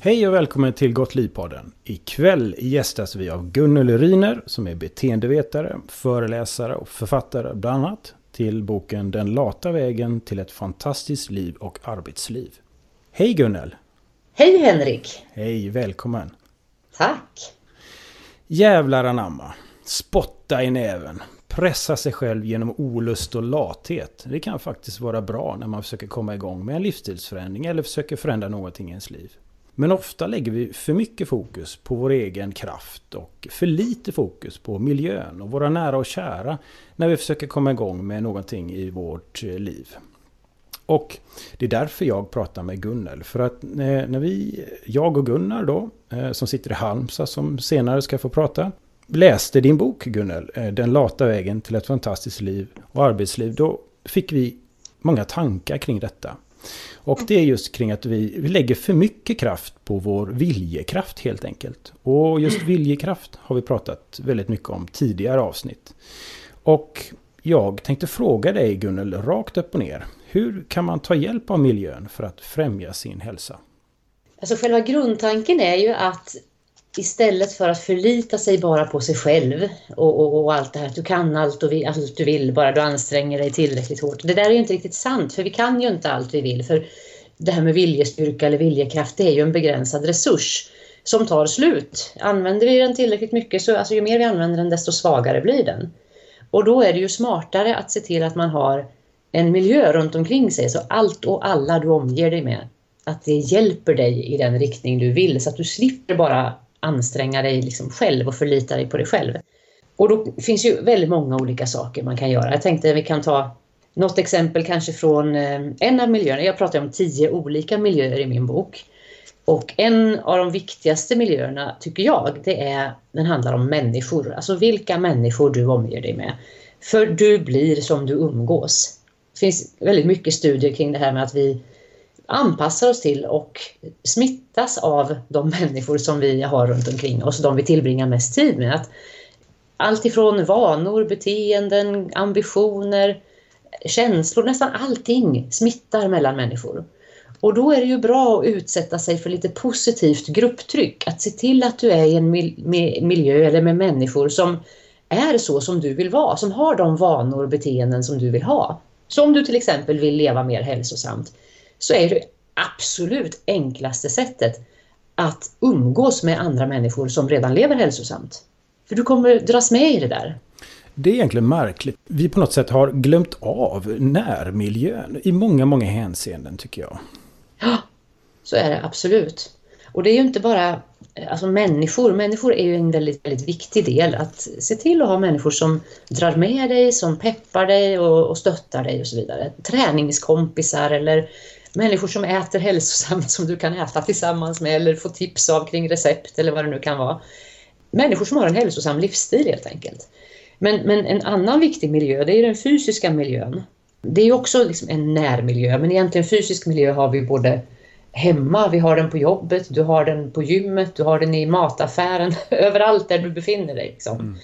Hej och välkommen till Gott Liv-podden. Ikväll gästas vi av Gunnel Riner som är beteendevetare, föreläsare och författare bland annat till boken Den lata vägen till ett fantastiskt liv och arbetsliv. Hej Gunnel! Hej Henrik! Hej, välkommen! Tack! Jävlar anamma, spotta i näven, pressa sig själv genom olust och lathet. Det kan faktiskt vara bra när man försöker komma igång med en livsstilsförändring eller försöker förändra någonting i ens liv. Men ofta lägger vi för mycket fokus på vår egen kraft och för lite fokus på miljön och våra nära och kära när vi försöker komma igång med någonting i vårt liv. Och det är därför jag pratar med Gunnel. För att jag och Gunnar då, som sitter i Halmstad som senare ska få prata, läste din bok Gunnel, Den lata vägen till ett fantastiskt liv och arbetsliv. Då fick vi många tankar kring detta. Och det är just kring att vi lägger för mycket kraft på vår viljekraft helt enkelt. Och just viljekraft har vi pratat väldigt mycket om tidigare avsnitt. Och jag tänkte fråga dig Gunnel rakt upp och ner. Hur kan man ta hjälp av miljön för att främja sin hälsa? Alltså själva grundtanken är ju att istället för att förlita sig bara på sig själv och allt det här att du kan allt du vill bara du anstränger dig tillräckligt hårt. Det där är ju inte riktigt sant, för vi kan ju inte allt vi vill. För det här med viljestyrka eller viljekraft, det är ju en begränsad resurs som tar slut. Använder vi den tillräckligt mycket så ju mer vi använder den desto svagare blir den. Och då är det ju smartare att se till att man har en miljö runt omkring sig så allt och alla du omger dig med, att det hjälper dig i den riktning du vill så att du slipper bara anstränga dig liksom själv och förlita dig på dig själv. Och då finns ju väldigt många olika saker man kan göra. Jag tänkte att vi kan ta något exempel kanske från en av miljöerna. Jag pratar om 10 olika miljöer i min bok. Och en av de viktigaste miljöerna tycker jag, den handlar om människor. Alltså vilka människor du omger dig med. För du blir som du umgås. Det finns väldigt mycket studier kring det här med att vi anpassar oss till och smittas av de människor som vi har runt omkring oss, de vi tillbringar mest tid med. Att allt ifrån vanor, beteenden, ambitioner, känslor, nästan allting smittar mellan människor. Och då är det ju bra att utsätta sig för lite positivt grupptryck. Att se till att du är i en miljö eller med människor som är så som du vill vara, som har de vanor och beteenden som du vill ha. Så om du till exempel vill leva mer hälsosamt, så är det absolut enklaste sättet att umgås med andra människor som redan lever hälsosamt. För du kommer dras med i det där. Det är egentligen märkligt. Vi på något sätt har glömt av närmiljön i många, många hänseenden tycker jag. Ja, så är det absolut. Och det är ju inte bara alltså människor. Människor är ju en väldigt, väldigt viktig del. Att se till att ha människor som drar med dig, som peppar dig och stöttar dig och så vidare. Träningskompisar eller människor som äter hälsosamt som du kan äta tillsammans med eller få tips av kring recept eller vad det nu kan vara. Människor som har en hälsosam livsstil helt enkelt. Men en annan viktig miljö, det är den fysiska miljön. Det är ju också liksom en närmiljö, men egentligen fysisk miljö har vi både hemma, vi har den på jobbet, du har den på gymmet, du har den i mataffären, överallt där du befinner dig. Liksom.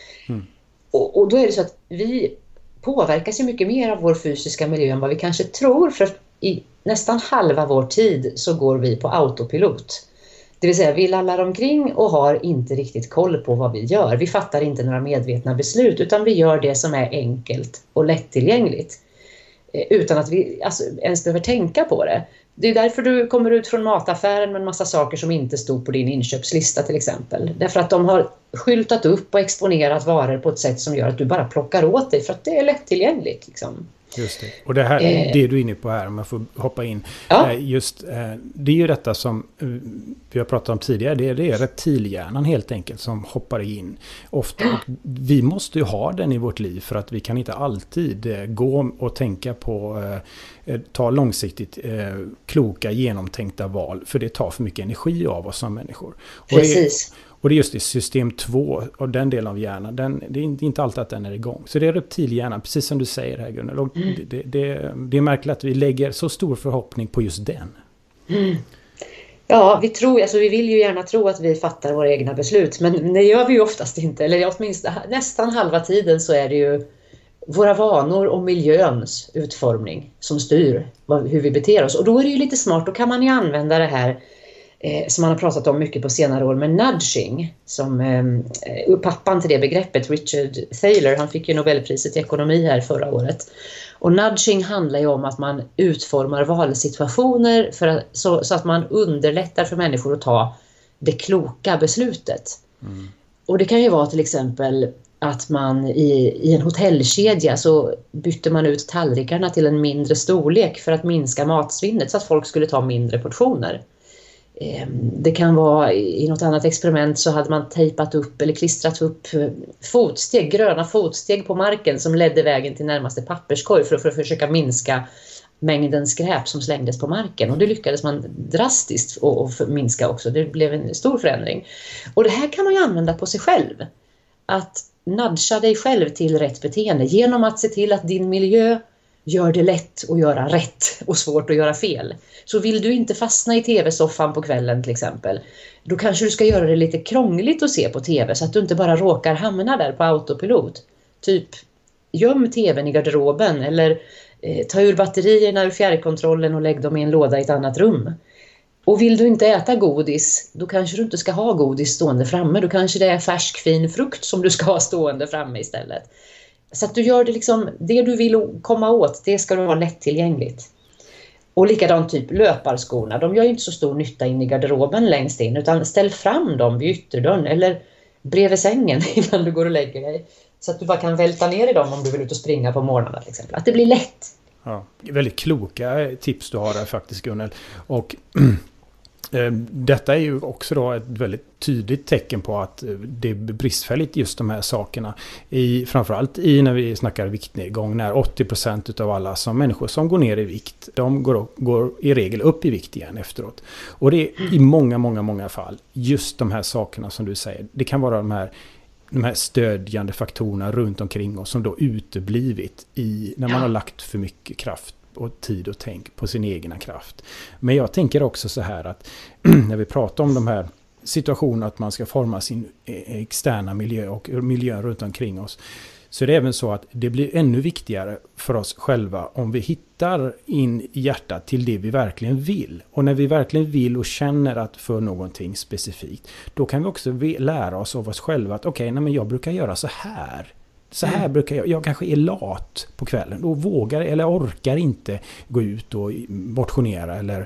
Och då är det så att vi påverkas ju mycket mer av vår fysiska miljö än vad vi kanske tror, för i nästan halva vår tid så går vi på autopilot. Det vill säga vi lallar omkring och har inte riktigt koll på vad vi gör. Vi fattar inte några medvetna beslut utan vi gör det som är enkelt och lättillgängligt. Utan att vi ens behöver tänka på det. Det är därför du kommer ut från mataffären med en massa saker som inte stod på din inköpslista till exempel. Därför att de har skyltat upp och exponerat varor på ett sätt som gör att du bara plockar åt dig för att det är lättillgängligt liksom. Just det. Och det här, det du är inne på här, om jag får hoppa in. Ja. Det är ju detta som vi har pratat om tidigare. Det är reptilhjärnan helt enkelt som hoppar in ofta. Och vi måste ju ha den i vårt liv för att vi kan inte alltid gå och tänka på ta långsiktigt kloka genomtänkta val. För det tar för mycket energi av oss som människor. Precis. Och det är just i system 2 och den delen av hjärnan, det är inte alltid att den är igång. Så det är reptilhjärnan, precis som du säger här Gunnel. Och det är märkligt att vi lägger så stor förhoppning på just den. Ja, vi vill ju gärna tro att vi fattar våra egna beslut, men det gör vi ju oftast inte. Eller åtminstone nästan halva tiden så är det ju våra vanor och miljöns utformning som styr hur vi beter oss. Och då är det ju lite smart, då kan man ju använda det här som man har pratat om mycket på senare år med nudging. Pappan till det begreppet, Richard Thaler, han fick ju Nobelpriset i ekonomi här förra året. Och nudging handlar ju om att man utformar valsituationer så att man underlättar för människor att ta det kloka beslutet. Och det kan ju vara till exempel att man i en hotellkedja så bytte man ut tallrikarna till en mindre storlek för att minska matsvinnet så att folk skulle ta mindre portioner. Det kan vara i något annat experiment så hade man tejpat upp eller klistrat upp gröna fotsteg på marken som ledde vägen till närmaste papperskorg för att försöka minska mängden skräp som slängdes på marken. Och det lyckades man drastiskt och minska också. Det blev en stor förändring. Och det här kan man ju använda på sig själv. Att nudga dig själv till rätt beteende genom att se till att din miljö gör det lätt att göra rätt och svårt att göra fel. Så vill du inte fastna i tv-soffan på kvällen till exempel, då kanske du ska göra det lite krångligt att se på tv så att du inte bara råkar hamna där på autopilot. Typ göm tvn i garderoben eller ta ur batterierna ur fjärrkontrollen och lägg dem i en låda i ett annat rum. Och vill du inte äta godis, då kanske du inte ska ha godis stående framme. Då kanske det är färsk fin frukt som du ska ha stående framme istället. Så att du gör det liksom, det du vill komma åt, det ska du ha lättillgängligt. Och likadant typ löparskorna, de gör ju inte så stor nytta in i garderoben längst in, utan ställ fram dem vid ytterdörren eller bredvid sängen innan du går och lägger dig. Så att du bara kan välta ner i dem om du vill ut och springa på morgonen till exempel. Att det blir lätt. Ja, väldigt kloka tips du har där faktiskt, Gunnel. Och detta är ju också då ett väldigt tydligt tecken på att det är bristfälligt just de här sakerna. Framförallt när vi snackar viktnedgång, när 80% av alla människor som går ner i vikt, de går i regel upp i vikt igen efteråt. Och det är i många fall just de här sakerna som du säger. Det kan vara de här stödjande faktorerna runt omkring oss som då uteblivit när man har lagt för mycket kraft och tid och tänk på sin egna kraft. Men jag tänker också så här att när vi pratar om de här situationerna att man ska forma sin externa miljö och miljön runt omkring oss, så är det även så att det blir ännu viktigare för oss själva om vi hittar in i hjärtat till det vi verkligen vill. Och när vi verkligen vill och känner att för någonting specifikt, då kan vi också lära oss av oss själva att men jag brukar göra så här. Så här brukar jag kanske är lat på kvällen och vågar eller orkar inte gå ut och motionera eller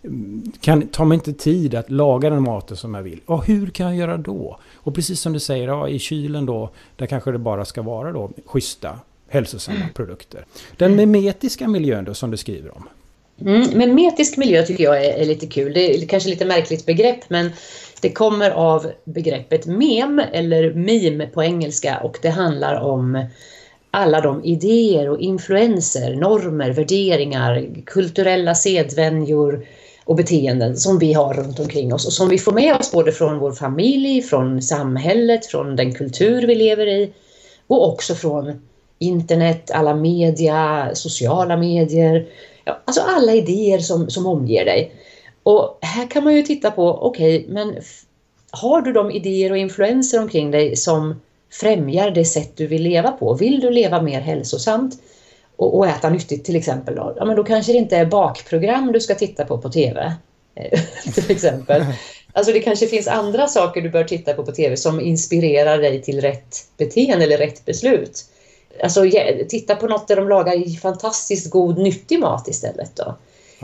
tar mig inte tid att laga den maten som jag vill. Och hur kan jag göra då? Och precis som du säger, i kylen då, där kanske det bara ska vara då schyssta, hälsosamma produkter. Den mimetiska miljön då som du skriver om. Men metisk miljö tycker jag är lite kul. Det är kanske lite märkligt begrepp, men det kommer av begreppet meme eller meme på engelska, och det handlar om alla de idéer och influenser, normer, värderingar, kulturella sedvänjor och beteenden som vi har runt omkring oss och som vi får med oss både från vår familj, från samhället, från den kultur vi lever i och också från internet, alla media, sociala medier. Ja, alltså alla idéer som omger dig. Och här kan man ju titta på, men har du de idéer och influenser omkring dig som främjar det sätt du vill leva på? Vill du leva mer hälsosamt och äta nyttigt till exempel? Men då kanske det inte är bakprogram du ska titta på tv till exempel. Alltså det kanske finns andra saker du bör titta på tv som inspirerar dig till rätt beteende eller rätt beslut. Alltså titta på något där de lagar fantastiskt god, nyttig mat istället då.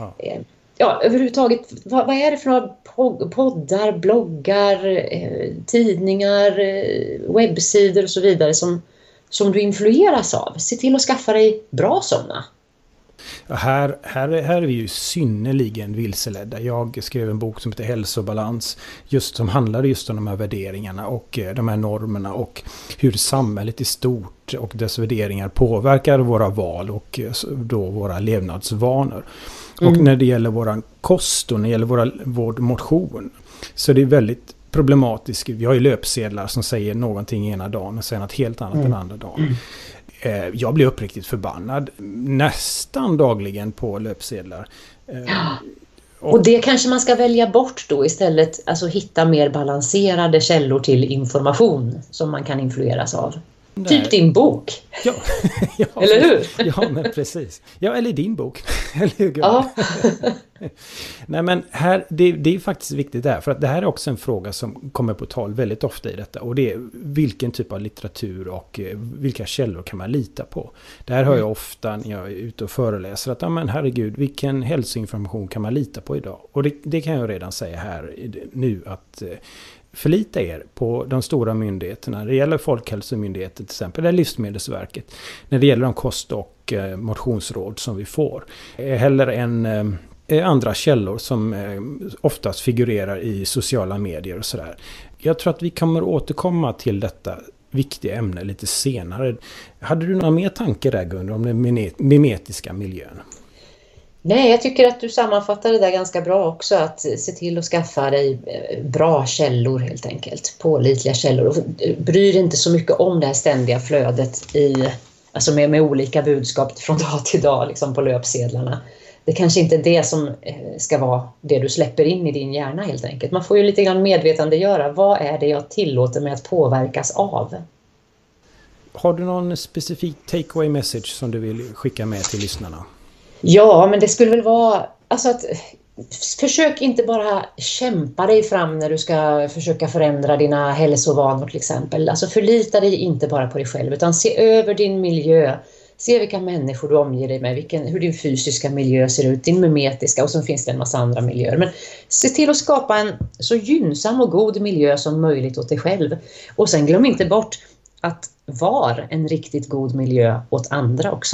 Ja, överhuvudtaget, vad är det för några poddar, bloggar, tidningar, webbsidor och så vidare som du influeras av? Se till att skaffa dig bra sådana. Ja, här är vi ju synnerligen vilseledda. Jag skrev en bok som heter Hälsobalans, just som handlar just om de här värderingarna och de här normerna och hur samhället i stort och dess värderingar påverkar våra val och då våra levnadsvanor. Och när det gäller våran kost och när det gäller vår motion, så det är väldigt problematiskt. Vi har ju löpsedlar som säger någonting ena dagen och säger något helt annat den andra dagen. Jag blir uppriktigt förbannad nästan dagligen på löpsedlar. Och det kanske man ska välja bort då istället, alltså hitta mer balanserade källor till information som man kan influeras av. Typ din bok. Ja, ja, eller hur? Ja, men precis. Ja, eller din bok. Eller hur? Ja. Nej, men här, det är faktiskt viktigt där. För att det här är också en fråga som kommer på tal väldigt ofta i detta. Och det är vilken typ av litteratur och vilka källor kan man lita på. Det här hör jag ofta när jag är ute och föreläser. Att, ja men herregud, vilken hälsoinformation kan man lita på idag? Och det kan jag redan säga här nu att... förlita er på de stora myndigheterna. När det gäller Folkhälsomyndigheten till exempel, eller Livsmedelsverket. När det gäller de kost- och motionsråd som vi får. Heller än andra källor som oftast figurerar i sociala medier och sådär. Jag tror att vi kommer återkomma till detta viktiga ämne lite senare. Hade du några mer tankar där, Gunnar, om den mimetiska miljön? Nej, jag tycker att du sammanfattar det där ganska bra också. Att se till att skaffa dig bra källor helt enkelt. Pålitliga källor. Och bry dig inte så mycket om det här ständiga flödet alltså med olika budskap från dag till dag liksom på löpsedlarna. Det kanske inte är det som ska vara det du släpper in i din hjärna helt enkelt. Man får ju lite grann medvetandegöra. Vad är det jag tillåter mig att påverkas av? Har du någon specifik takeaway message som du vill skicka med till lyssnarna? Ja, men det skulle väl vara alltså att försök inte bara kämpa dig fram när du ska försöka förändra dina hälsovanor till exempel. Alltså förlita dig inte bara på dig själv utan se över din miljö. Se vilka människor du omger dig med, hur din fysiska miljö ser ut, din mimetiska och så finns det en massa andra miljöer. Men se till att skapa en så gynnsam och god miljö som möjligt åt dig själv. Och sen glöm inte bort att vara en riktigt god miljö åt andra också.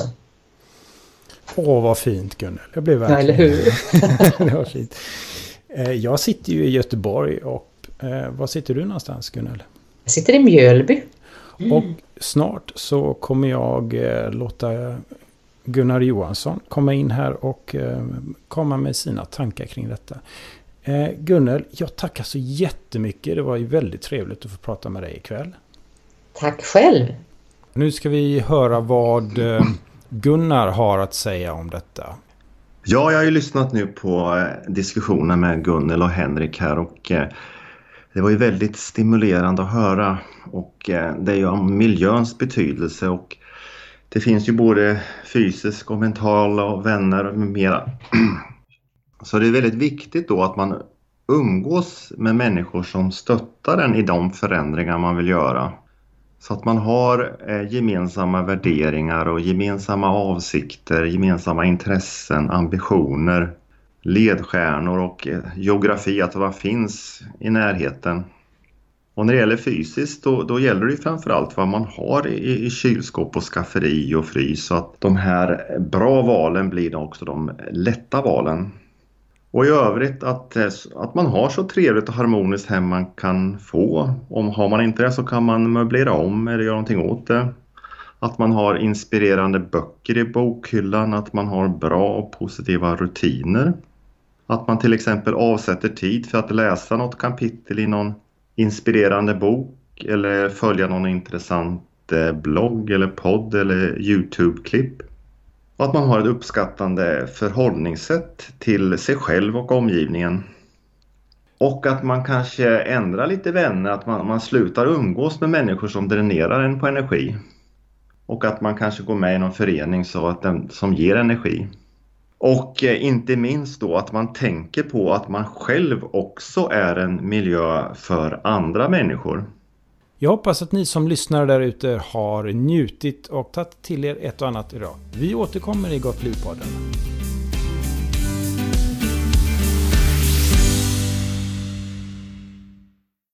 Åh, vad fint, Gunnel. Jag blev verkligen... Ja, eller hur? Det var fint. Jag sitter ju i Göteborg och var sitter du någonstans, Gunnel? Jag sitter i Mjölby. Och snart så kommer jag låta Gunnar Johansson komma in här och komma med sina tankar kring detta. Gunnel, jag tackar så jättemycket. Det var ju väldigt trevligt att få prata med dig ikväll. Tack själv. Nu ska vi höra vad Gunnar har att säga om detta. Ja, jag har ju lyssnat nu på diskussionen med Gunnel och Henrik här och det var ju väldigt stimulerande att höra och det är ju om miljöns betydelse och det finns ju både fysisk och mental och vänner och mera. Så det är väldigt viktigt då att man umgås med människor som stöttar en i de förändringar man vill göra. Så att man har gemensamma värderingar och gemensamma avsikter, gemensamma intressen, ambitioner, ledstjärnor och geografi, att vad finns i närheten. Och när det gäller fysiskt då gäller det ju framförallt vad man har i kylskåp och skafferi och frys. Så att de här bra valen blir också de lätta valen. Och i övrigt att man har så trevligt och harmoniskt hem man kan få. Har man inte det så kan man möblera om eller göra någonting åt det. Att man har inspirerande böcker i bokhyllan. Att man har bra och positiva rutiner. Att man till exempel avsätter tid för att läsa något kapitel i någon inspirerande bok. Eller följa någon intressant blogg eller podd eller YouTube-klipp. Och att man har ett uppskattande förhållningssätt till sig själv och omgivningen. Och att man kanske ändrar lite vänner, att man slutar umgås med människor som dränerar en på energi. Och att man kanske går med i någon förening som ger energi. Och inte minst då att man tänker på att man själv också är en miljö för andra människor. Jag hoppas att ni som lyssnar där ute har njutit och tagit till er ett och annat idag. Vi återkommer i Gott Liv-podden.